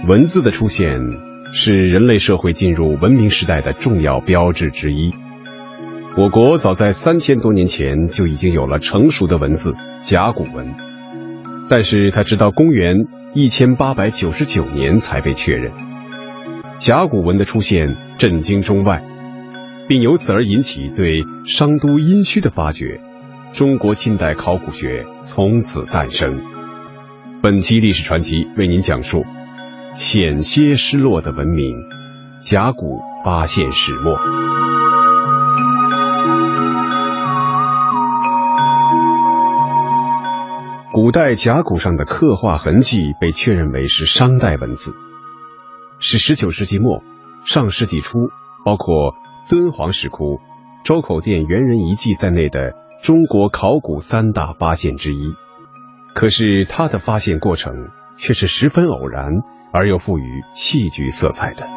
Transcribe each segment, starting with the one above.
文字的出现是人类社会进入文明时代的重要标志之一。我国早在3000多年前就已经有了成熟的文字甲骨文，但是它直到公元1899年才被确认。甲骨文的出现震惊中外，并由此而引起对商都殷墟的发掘，中国近代考古学从此诞生。本期历史传奇为您讲述险些失落的文明——甲骨发现始末。古代甲骨上的刻画痕迹被确认为是商代文字，是19世纪末、上世纪初，包括敦煌石窟、周口店猿人遗迹在内的中国考古3大发现之一。可是它的发现过程却是十分偶然而又富于戏剧色彩的。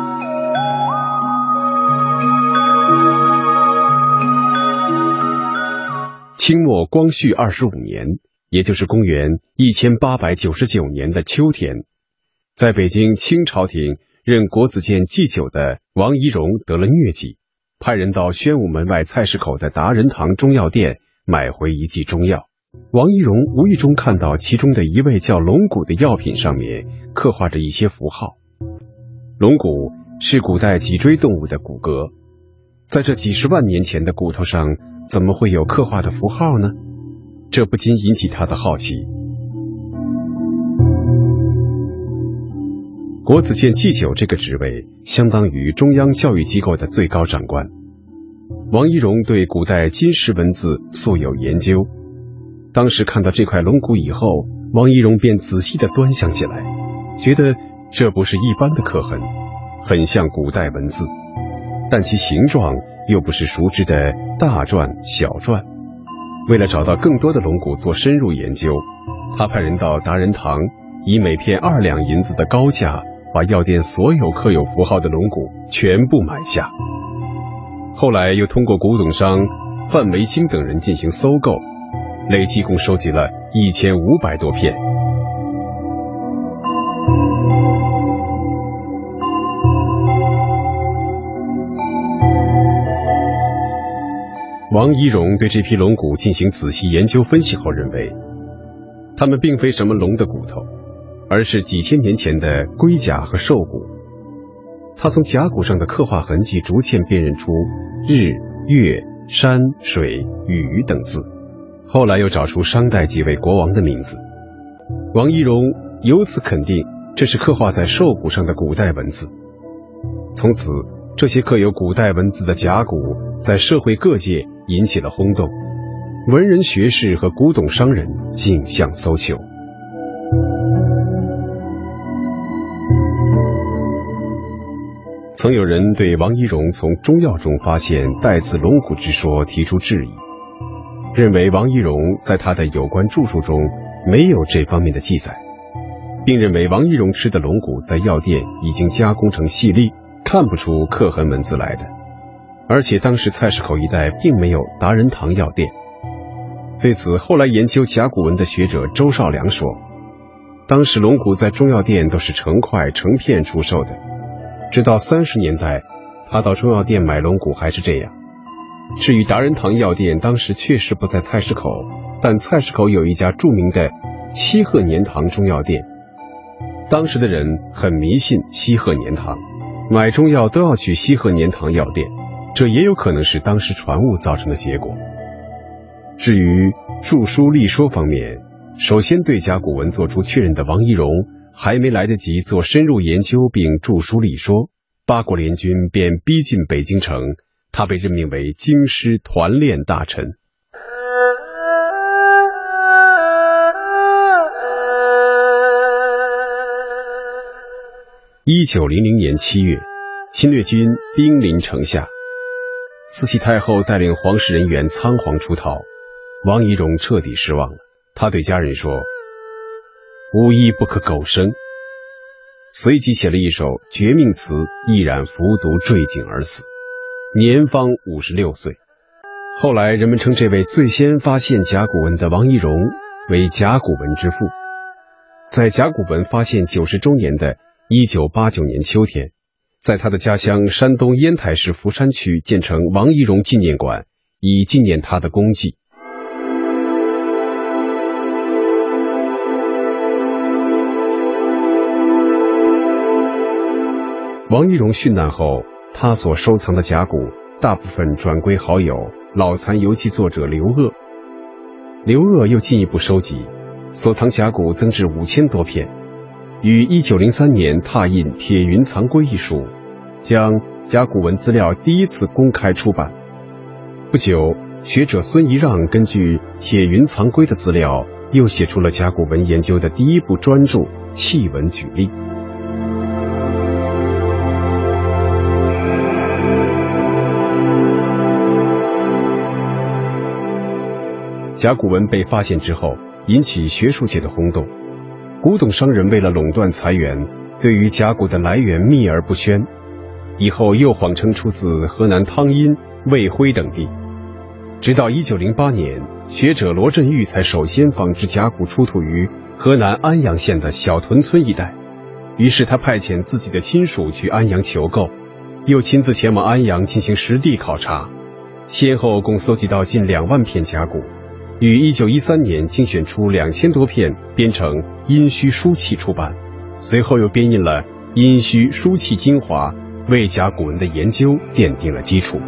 清末光绪25年，也就是公元1899年的秋天，在北京清朝廷任国子监祭酒的王懿荣得了疟疾，派人到宣武门外菜市口的达仁堂中药店买回一剂中药。王懿荣无意中看到其中的一味叫龙骨的药品上面刻画着一些符号。龙骨是古代脊椎动物的骨骼，在这几十万年前的骨头上怎么会有刻画的符号呢？这不禁引起他的好奇。国子监祭酒这个职位相当于中央教育机构的最高长官。王懿荣对古代金石文字素有研究，当时看到这块龙骨以后，王懿荣便仔细地端详起来，觉得这不是一般的刻痕，很像古代文字，但其形状又不是熟知的大篆、小篆。为了找到更多的龙骨做深入研究，他派人到达仁堂，以每片2两银子的高价，把药店所有刻有符号的龙骨全部买下。后来又通过古董商范维清等人进行搜购，累计共收集了1500多片。王懿荣对这批龙骨进行仔细研究分析后认为，它们并非什么龙的骨头，而是几千年前的龟甲和兽骨。他从甲骨上的刻画痕迹逐渐辨认出日、月、山、水、雨等字，后来又找出商代几位国王的名字。王懿荣由此肯定这是刻画在兽骨上的古代文字。从此，这些刻有古代文字的甲骨在社会各界引起了轰动，文人学士和古董商人竞相搜求。曾有人对王懿荣从中药中发现带刺龙骨之说提出质疑，认为王懿荣在他的有关著述中没有这方面的记载，并认为王懿荣吃的龙骨在药店已经加工成细粒，看不出刻痕文字来的，而且当时菜市口一带并没有达仁堂药店。对此，后来研究甲骨文的学者周绍良说，当时龙骨在中药店都是成块成片出售的，直到30年代，他到中药店买龙骨还是这样。至于达仁堂药店，当时确实不在菜市口，但菜市口有一家著名的西鹤年堂中药店，当时的人很迷信西鹤年堂，买中药都要去西鹤年堂药店，这也有可能是当时传误造成的结果。至于著书立说方面，首先对甲骨文做出确认的王懿荣还没来得及做深入研究并著书立说，八国联军便逼近北京城，他被任命为京师团练大臣。1900年7月，侵略军兵临城下，慈禧太后带领皇室人员仓皇出逃，王懿荣彻底失望了。他对家人说：“无一不可苟生。”随即写了一首绝命词，毅然服毒坠井而死，年方56岁。后来人们称这位最先发现甲骨文的王懿荣为甲骨文之父。在甲骨文发现90周年的 1989年秋天，在他的家乡山东烟台市福山区建成王懿荣纪念馆，以纪念他的功绩。王懿荣殉难后，他所收藏的甲骨大部分转归好友老残游记作者刘鹗。刘鹗又进一步收集，所藏甲骨增至5000多片，于1903年拓印《铁云藏龟》一书，将甲骨文资料第一次公开出版。不久，学者孙仪让根据《铁云藏龟》的资料，又写出了甲骨文研究的第一部专著《契文举例》。甲骨文被发现之后，引起学术界的轰动。古董商人为了垄断财源，对于甲骨的来源秘而不宣，以后又谎称出自河南汤阴、卫辉等地。直到1908年，学者罗振玉才首先仿制甲骨出土于河南安阳县的小屯村一带。于是他派遣自己的亲属去安阳求购，又亲自前往安阳进行实地考察，先后共搜集到近2万片甲骨。于1913年精选出2000多片，编成《殷墟书契》出版，随后又编印了《殷墟书契精华》，为甲骨文的研究奠定了基础。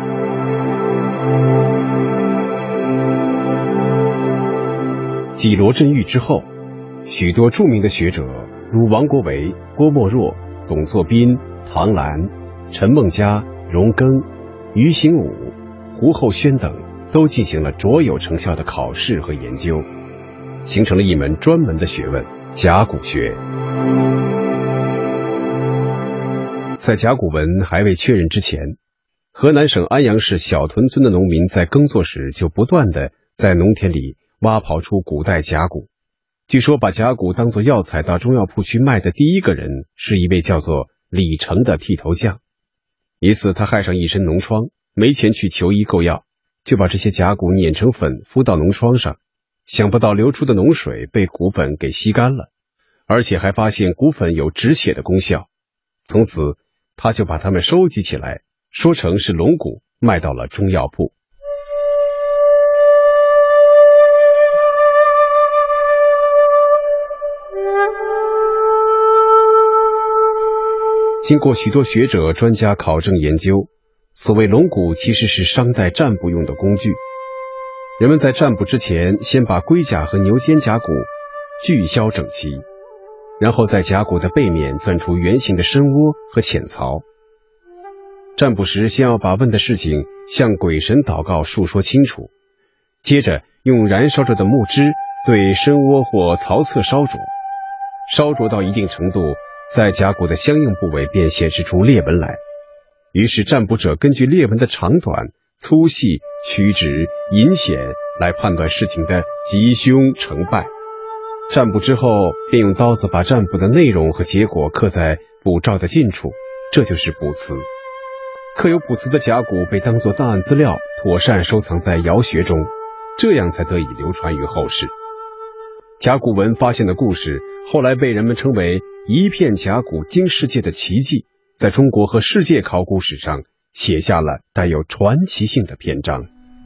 继罗振玉之后，许多著名的学者如王国维、郭沫若、董作宾、唐兰、陈梦家、荣庚、于行武、胡厚轩等都进行了卓有成效的考试和研究，形成了一门专门的学问——甲骨学。在甲骨文还未确认之前，河南省安阳市小屯村的农民在耕作时就不断地在农田里挖刨出古代甲骨。据说把甲骨当作药材到中药铺去卖的第一个人是一位叫做李成的剃头匠。一次他害上一身脓疮，没钱去求医购药，就把这些甲骨碾成粉敷到脓疮上，想不到流出的脓水被骨粉给吸干了，而且还发现骨粉有止血的功效。从此他就把它们收集起来，说成是龙骨，卖到了中药铺。经过许多学者专家考证研究，所谓龙骨其实是商代占卜用的工具。人们在占卜之前，先把龟甲和牛肩甲骨锯削整齐，然后在甲骨的背面钻出圆形的深窝和浅槽。占卜时先要把问的事情向鬼神祷告述说清楚，接着用燃烧着的木枝对深窝或槽侧烧灼，烧灼到一定程度，在甲骨的相应部位便显示出裂纹来。于是占卜者根据裂纹的长短、粗细、曲直、隐显来判断事情的吉凶成败。占卜之后，便用刀子把占卜的内容和结果刻在卜照的近处，这就是卜辞。刻有卜辞的甲骨被当作档案资料，妥善收藏在窑穴中，这样才得以流传于后世。甲骨文发现的故事后来被人们称为一片甲骨惊世界的奇迹，在中国和世界考古史上写下了带有传奇性的篇章。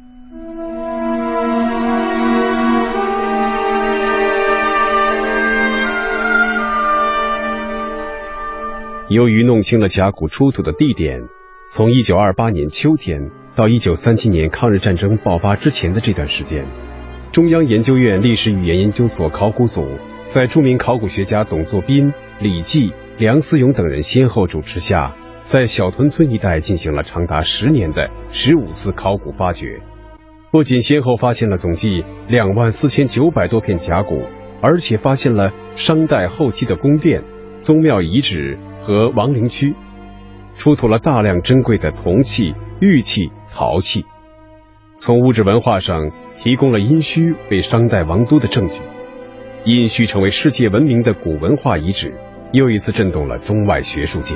由于弄清了甲骨出土的地点，从1928年秋天到1937年抗日战争爆发之前的这段时间，中央研究院历史语言研究所考古组在著名考古学家董作宾、李济、梁思永等人先后主持下，在小屯村一带进行了长达10年的15次考古发掘，不仅先后发现了总计24900多片甲骨，而且发现了商代后期的宫殿、宗庙遗址和亡灵区，出土了大量珍贵的铜器、玉器、陶器。从物质文化上提供了殷墟为商代王都的证据，殷墟成为世界闻名的古文化遗址，又一次震动了中外学术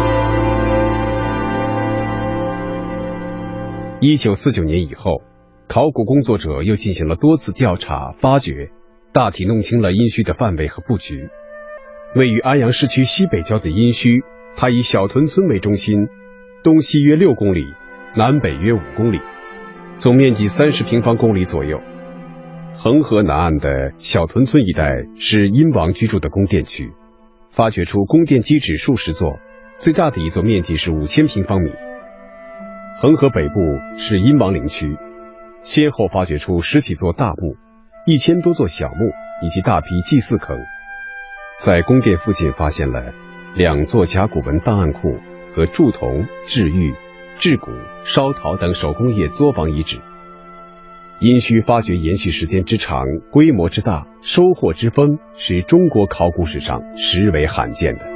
界。1949年以后， 考古工作者又进行了多次调查发掘，大体弄清了殷墟的范围和布局。位于安阳市区西北郊的殷墟，它以小屯村为中心，东西约6公里，南北约5公里，总面积30平方公里左右。恒河南岸的小屯村一带是殷王居住的宫殿区，发掘出宫殿基址数十座，最大的一座面积是5000平方米。恒河北部是殷王陵区，先后发掘出10几座大墓，1000多座小墓以及大批祭祀坑。在宫殿附近发现了2座甲骨文档案库和铸铜、制玉、制骨、烧陶等手工业作坊遗址。殷墟发掘延续时间之长，规模之大，收获之丰，是中国考古史上实为罕见的。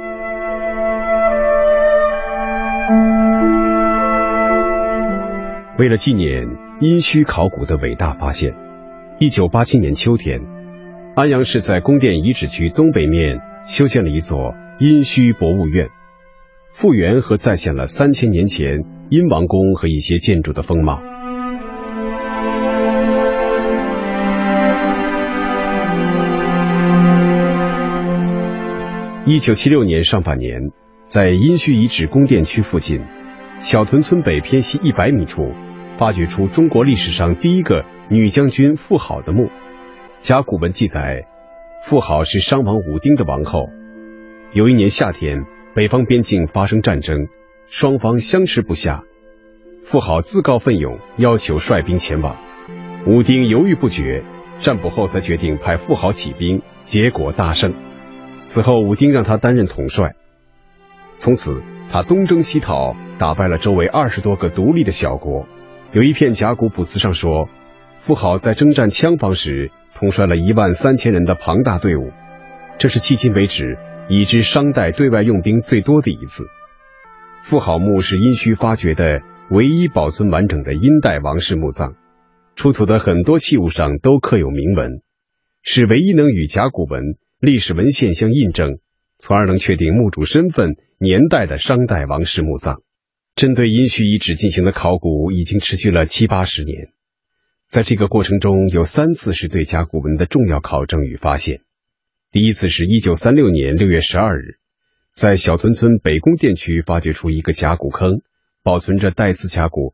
为了纪念殷墟考古的伟大发现，1987年秋天，安阳市在宫殿遗址区东北面修建了一座殷墟博物院，复原和再现了3000年前殷王宫和一些建筑的风貌。1976年上半年，在殷墟遗址宫殿区附近，小屯村北偏西100米处，发掘出中国历史上第一个女将军妇好的墓。甲骨文记载，妇好是商王武丁的王后。有一年夏天，北方边境发生战争，双方相持不下，妇好自告奋勇，要求率兵前往。武丁犹豫不决，战卜后才决定派妇好起兵，结果大胜。此后武丁让他担任统帅，从此他东征西讨，打败了周围20多个独立的小国。有一片甲骨卜辞上说，妇好在征战羌方时统帅了13000人的庞大队伍，这是迄今为止已知商代对外用兵最多的一次。妇好墓是殷墟发掘的唯一保存完整的殷代王室墓葬，出土的很多器物上都刻有铭文，是唯一能与甲骨文历史文献相印证，从而能确定墓主身份年代的商代王室墓葬。针对殷墟遗址进行的考古已经持续了70-80年，在这个过程中有3次是对甲骨文的重要考证与发现。第一次是1936年6月12日，在小屯村北宫殿区发掘出一个甲骨坑，保存着带刺甲骨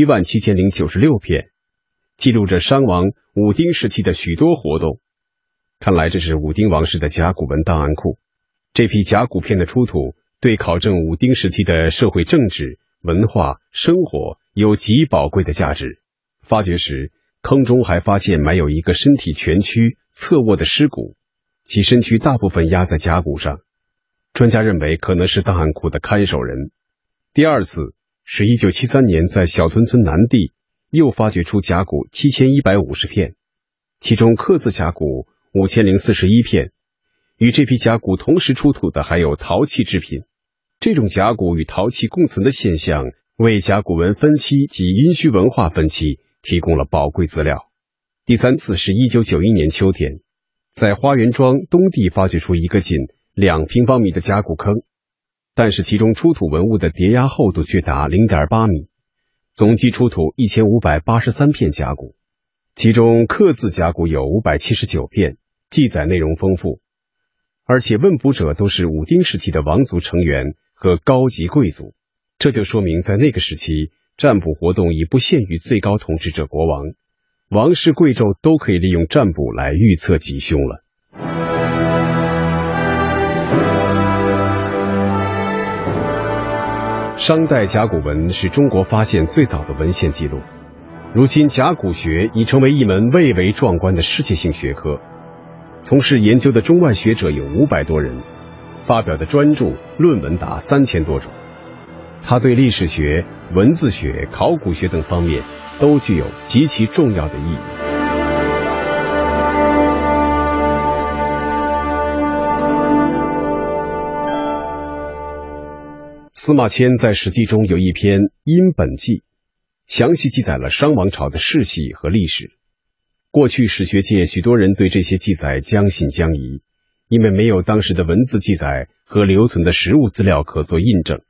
17096片，记录着商王武丁时期的许多活动。看来这是武丁王室的甲骨文档案库。这批甲骨片的出土，对考证武丁时期的社会政治、文化、生活有极宝贵的价值。发掘时，坑中还发现埋有一个身体蜷曲、侧卧的尸骨，其身躯大部分压在甲骨上。专家认为可能是档案库的看守人。第二次是1973年在小屯村南地又发掘出甲骨7150片，其中刻字甲骨5041片。与这批甲骨同时出土的还有陶器制品。这种甲骨与陶器共存的现象，为甲骨文分期及殷墟文化分期提供了宝贵资料。第3次是1991年秋天，在花园庄东地发掘出一个近2平方米的甲骨坑，但是其中出土文物的叠压厚度却达 0.8 米，总计出土1583片甲骨，其中刻字甲骨有579片，记载内容丰富，而且问卜者都是武丁时期的王族成员和高级贵族，这就说明在那个时期，占卜活动已不限于最高统治者国王，王室贵胄都可以利用占卜来预测吉凶了。商代甲骨文是中国发现最早的文献记录，如今甲骨学已成为一门蔚为壮观的世界性学科。从事研究的中外学者有500多人，发表的专著、论文达3000多种。它对历史学、文字学、考古学等方面都具有极其重要的意义。司马迁在《史记》中有一篇《殷本纪》，详细记载了商王朝的世系和历史。过去史学界许多人对这些记载将信将疑，因为没有当时的文字记载和留存的实物资料可做印证。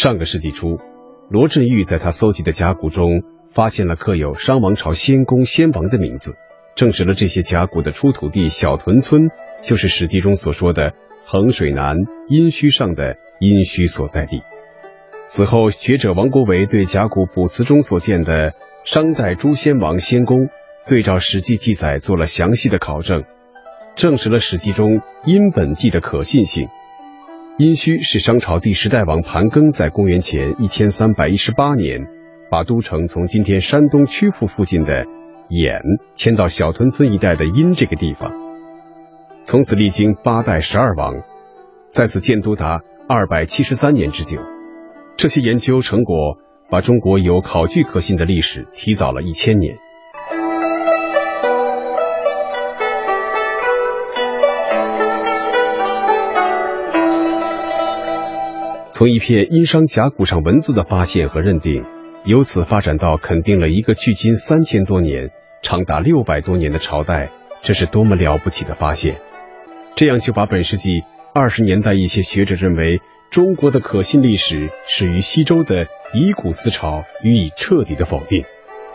上个世纪初，罗振玉在他搜集的甲骨中发现了刻有商王朝先公先王的名字，证实了这些甲骨的出土地小屯村就是史记中所说的衡水南殷墟上的殷墟所在地。此后，学者王国维对甲骨卜辞中所见的商代诸先王先公对照史记记载做了详细的考证，证实了史记中殷本纪的可信性。殷墟是商朝第10代王盘庚在公元前1318年把都城从今天山东曲阜附近的兖迁到小屯村一带的殷这个地方，从此历经8代12王，在此建都达273年之久。这些研究成果把中国有考据可信的历史提早了1000年。从一片殷商甲骨上文字的发现和认定，由此发展到肯定了一个距今3000多年、长达600多年的朝代，这是多么了不起的发现！这样就把本世纪20年代一些学者认为中国的可信历史始于西周的以古思潮予以彻底的否定。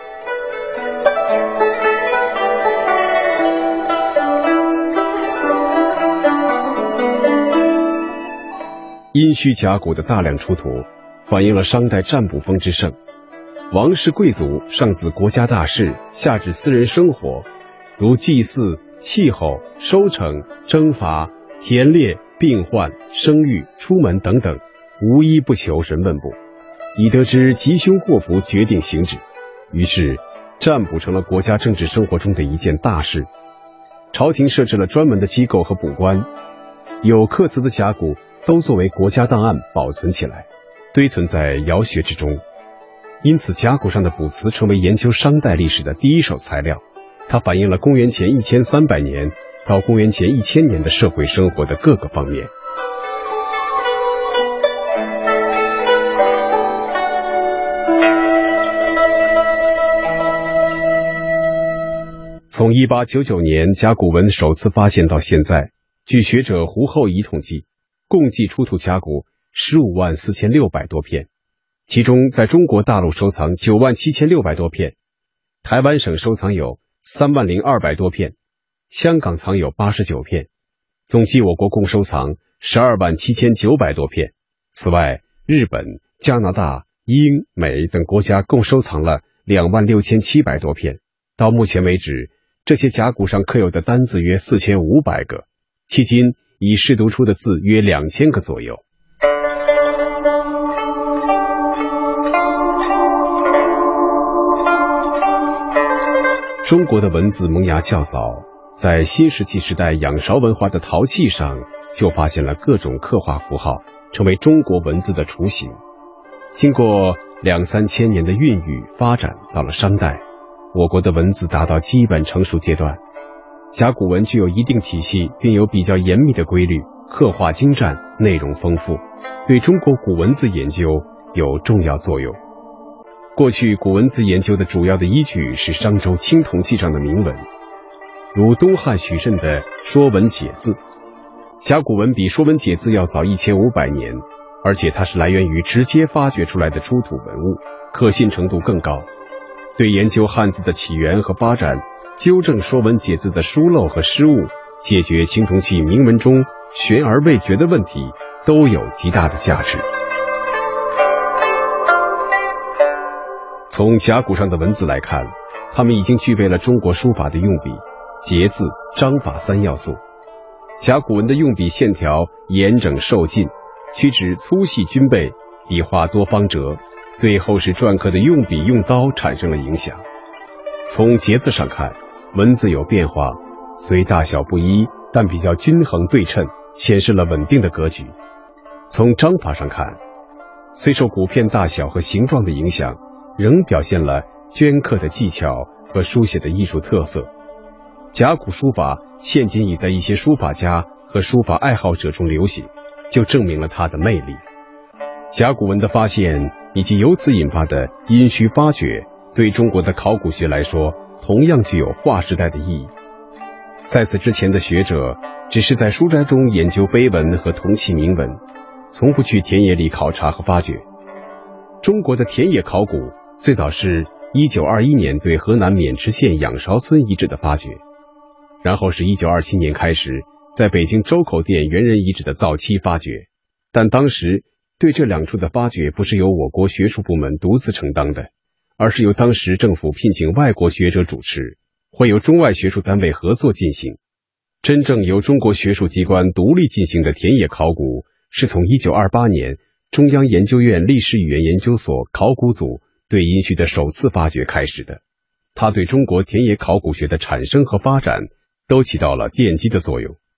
殷墟甲骨的大量出土，反映了商代占卜风之盛。王室贵族上至国家大事，下至私人生活，如祭祀、气候、收成、征伐、田猎、病患、生育、出门等等，无一不求神问卜，以得知吉凶祸福，决定行止。于是占卜成了国家政治生活中的一件大事。朝廷设置了专门的机构和卜官，有刻字的甲骨都作为国家档案保存起来，堆存在窑穴之中。因此甲骨上的卜辞成为研究商代历史的第一手材料，它反映了公元前1300年到公元前1000年的社会生活的各个方面。从1899年甲骨文首次发现到现在，据学者胡厚仪统计，共计出土甲骨154600多片，其中在中国大陆收藏97600多片，台湾省收藏有30200多片，香港藏有89片，总计我国共收藏127900多片。此外，日本、加拿大、英、美等国家共收藏了26700多片。到目前为止，这些甲骨上刻有的单字约4500个，迄今已识读出的字约2000个左右。中国的文字萌芽较早，在新石器时代仰韶文化的陶器上就发现了各种刻画符号，成为中国文字的雏形。经过2-3千年的孕育发展，到了商代，我国的文字达到基本成熟阶段。甲骨文具有一定体系，并有比较严密的规律，刻画精湛，内容丰富，对中国古文字研究有重要作用。过去古文字研究的主要的依据是商周青铜器上的铭文，如东汉许慎的《说文解字》。甲骨文比《说文解字》要早1500年，而且它是来源于直接发掘出来的出土文物，可信程度更高。对研究汉字的起源和发展，纠正《说文解字》的疏漏和失误，解决青铜器铭文中悬而未决的问题，都有极大的价值。从甲骨上的文字来看，它们已经具备了中国书法的用笔、节字、章法3要素。甲骨文的用笔线条严整瘦劲，曲直粗细均备，笔画多方折，对后世篆刻的用笔用刀产生了影响。从节字上看，文字有变化，虽大小不一，但比较均衡对称，显示了稳定的格局。从章法上看，虽受骨片大小和形状的影响，仍表现了镌刻的技巧和书写的艺术特色。甲骨书法现今已在一些书法家和书法爱好者中流行，就证明了它的魅力。甲骨文的发现以及由此引发的殷墟发掘，对中国的考古学来说同样具有划时代的意义。在此之前的学者只是在书斋中研究碑文和铜器铭文，从不去田野里考察和发掘， 中国的田野考古最早是1921年对河南渑池县仰韶村遗址的发掘，然后是1927年开始在北京周口店猿人遗址的造期发掘，但当时对这两处的发掘不是由我国学术部门独自承担的，而是由当时政府聘请外国学者主持，会由中外学术单位合作进行。真正由中国学术机关独立进行的田野考古，是从1928年中央研究院历史语言研究所考古组对殷墟的首次发掘开始的。它对中国田野考古学的产生和发展都起到了奠基的作用。